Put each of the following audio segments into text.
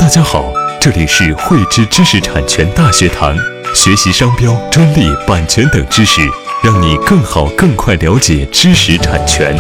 大家好，这里是汇知知识产权大学堂，学习商标、专利、版权等知识，让你更好、更快了解知识产权。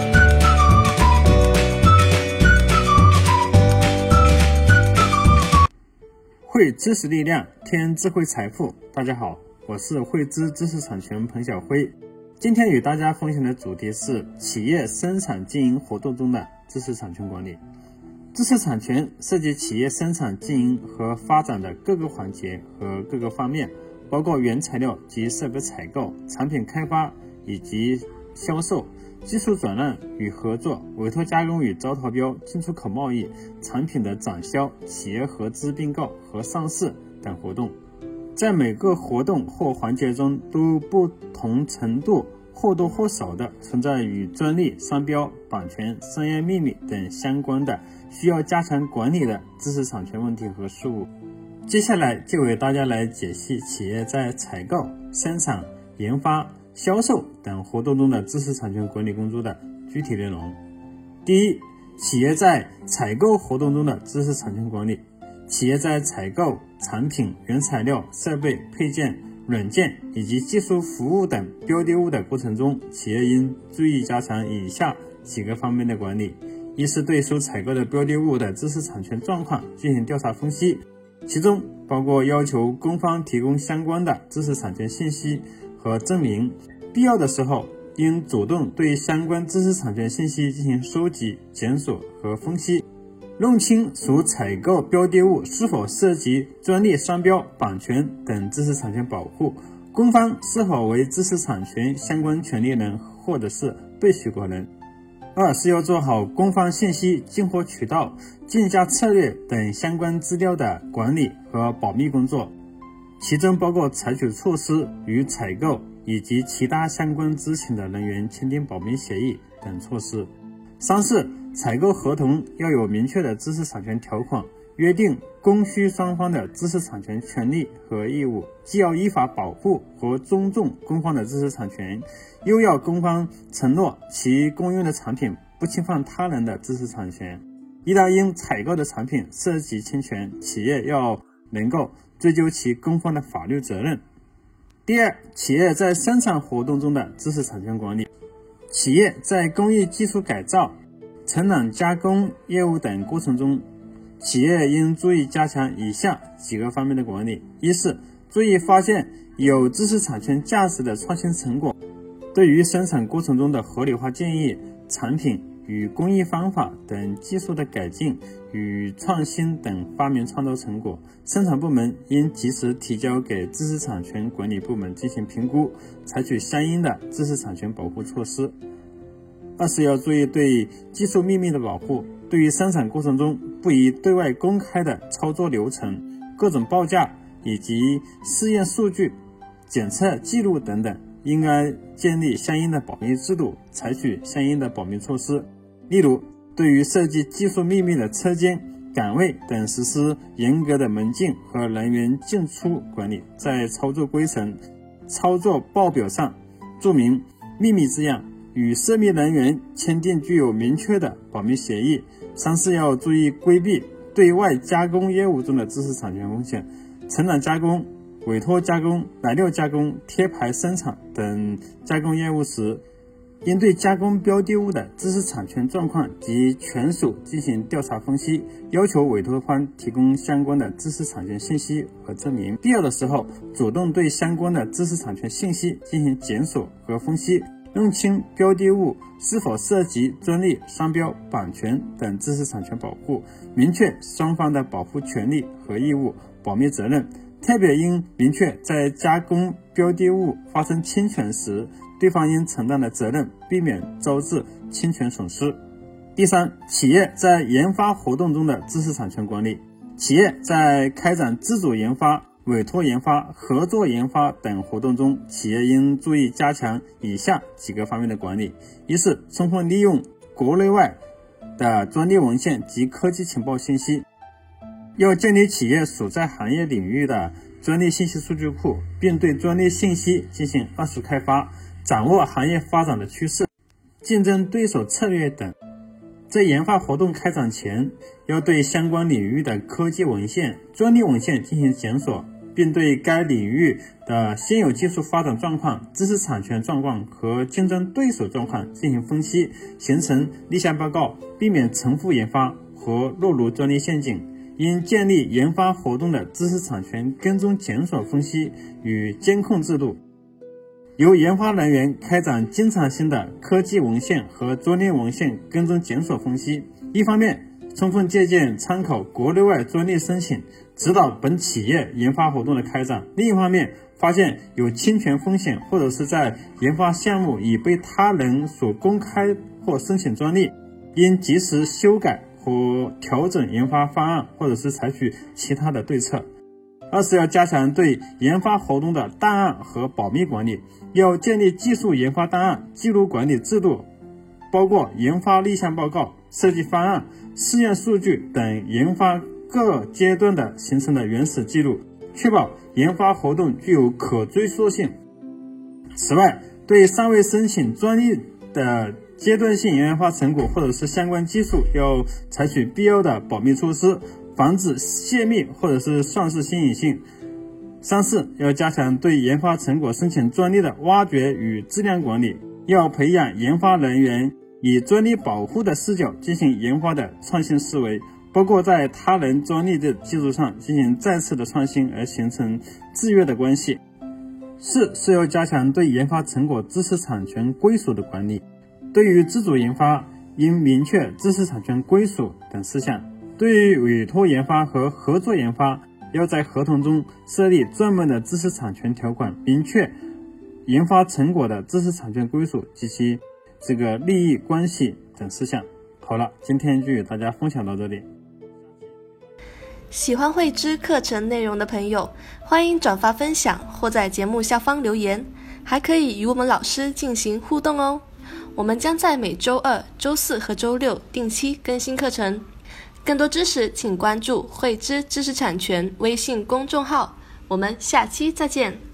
汇知识力量，添智慧财富。大家好，我是汇知知识产权彭晓辉。今天与大家分享的主题是企业生产经营活动中的知识产权管理。知识产权涉及企业生产经营和发展的各个环节和各个方面，包括原材料及设备采购、产品开发以及销售、技术转让与合作、委托加工与招投标、进出口贸易、产品的展销、企业合资并购和上市等活动。在每个活动或环节中都不同程度或多或少的存在与专利、商标、版权、商业秘密等相关的需要加强管理的知识产权问题和事务。接下来就为大家来解析企业在采购、生产、研发、销售等活动中的知识产权管理工作的具体内容。第一，企业在采购活动中的知识产权管理。企业在采购产品、原材料、设备、配件、软件以及技术服务等标的物的过程中，企业应注意加强以下几个方面的管理。一是对所采购的标的物的知识产权状况进行调查分析，其中包括要求供方提供相关的知识产权信息和证明，必要的时候应主动对相关知识产权信息进行收集、检索和分析，弄清所采购标的物是否涉及专利、商标、版权等知识产权保护，供方是否为知识产权相关权利人或者是被许可人。二是要做好供方信息、进货渠道、竞价策略等相关资料的管理和保密工作，其中包括采取措施与采购以及其他相关知情的人员签订保密协议等措施。三是采购合同要有明确的知识产权条款，约定供需双方的知识产权权利和义务，既要依法保护和尊重供方的知识产权，又要供方承诺其供应的产品不侵犯他人的知识产权。一旦因采购的产品涉及侵权，企业要能够追究其供方的法律责任。第二，企业在生产活动中的知识产权管理。企业在工艺技术改造、承揽加工业务等过程中，企业应注意加强以下几个方面的管理。一是注意发现有知识产权价值的创新成果，对于生产过程中的合理化建议、产品与工艺方法等技术的改进与创新等发明创造成果，生产部门应及时提交给知识产权管理部门进行评估，采取相应的知识产权保护措施。二是要注意对技术秘密的保护，对于生产过程中不宜对外公开的操作流程、各种报价以及试验数据、检测记录等等，应该建立相应的保密制度，采取相应的保密措施。例如，对于涉及技术秘密的车间、岗位等实施严格的门禁和人员进出管理，在操作规程、操作报表上注明秘密字样，与涉密人员签订具有明确的保密协议。三是要注意规避对外加工业务中的知识产权风险，承揽加工、委托加工、来料加工、贴牌生产等加工业务时，应对加工标的物的知识产权状况及权属进行调查分析，要求委托方提供相关的知识产权信息和证明，必要的时候主动对相关的知识产权信息进行检索和分析，弄清标的物是否涉及专利、商标、版权等知识产权保护，明确双方的保护权利和义务、保密责任，特别应明确在加工标的物发生侵权时，对方应承担的责任，避免招致侵权损失。第三，企业在研发活动中的知识产权管理。企业在开展自主研发、委托研发、合作研发等活动中，企业应注意加强以下几个方面的管理。一是充分利用国内外的专利文献及科技情报信息，要建立企业所在行业领域的专利信息数据库，并对专利信息进行二次开发，掌握行业发展的趋势、竞争对手策略等， 在研发活动开展前，要对相关领域的科技文献、专利文献进行检索，并对该领域的现有技术发展状况、知识产权状况和竞争对手状况进行分析，形成立项报告，避免重复研发和落入专利陷阱。应建立研发活动的知识产权跟踪检索分析与监控制度，由研发人员开展经常性的科技文献和专利文献跟踪检索分析。一方面，充分借鉴参考国内外专利申请，指导本企业研发活动的开展；另一方面，发现有侵权风险或者是在研发项目已被他人所公开或申请专利，应及时修改或调整研发方案，或者是采取其他的对策。二是要加强对研发活动的档案和保密管理，要建立技术研发档案记录管理制度，包括研发立项报告、设计方案、试验数据等研发各阶段的形成的原始记录，确保研发活动具有可追溯性。此外，对尚未申请专利的阶段性研发成果或者是相关技术，要采取必要的保密措施，防止泄密或者是丧失新颖性。三是要加强对研发成果申请专利的挖掘与质量管理，要培养研发人员以专利保护的视角进行研发的创新思维，包括在他人专利的基础上进行再次的创新，而形成制约的关系。四是要加强对研发成果知识产权归属的管理，对于自主研发应明确知识产权归属等事项。对于委托研发和合作研发，要在合同中设立专门的知识产权条款，明确研发成果的知识产权归属及其利益关系等事项。好了，今天就与大家分享到这里。 喜欢慧知课程内容的朋友，欢迎转发分享或在节目下方留言，还可以与我们老师进行互动哦。我们将在每周二、周四和周六定期更新课程。更多知识请关注慧知知识产权微信公众号。我们下期再见。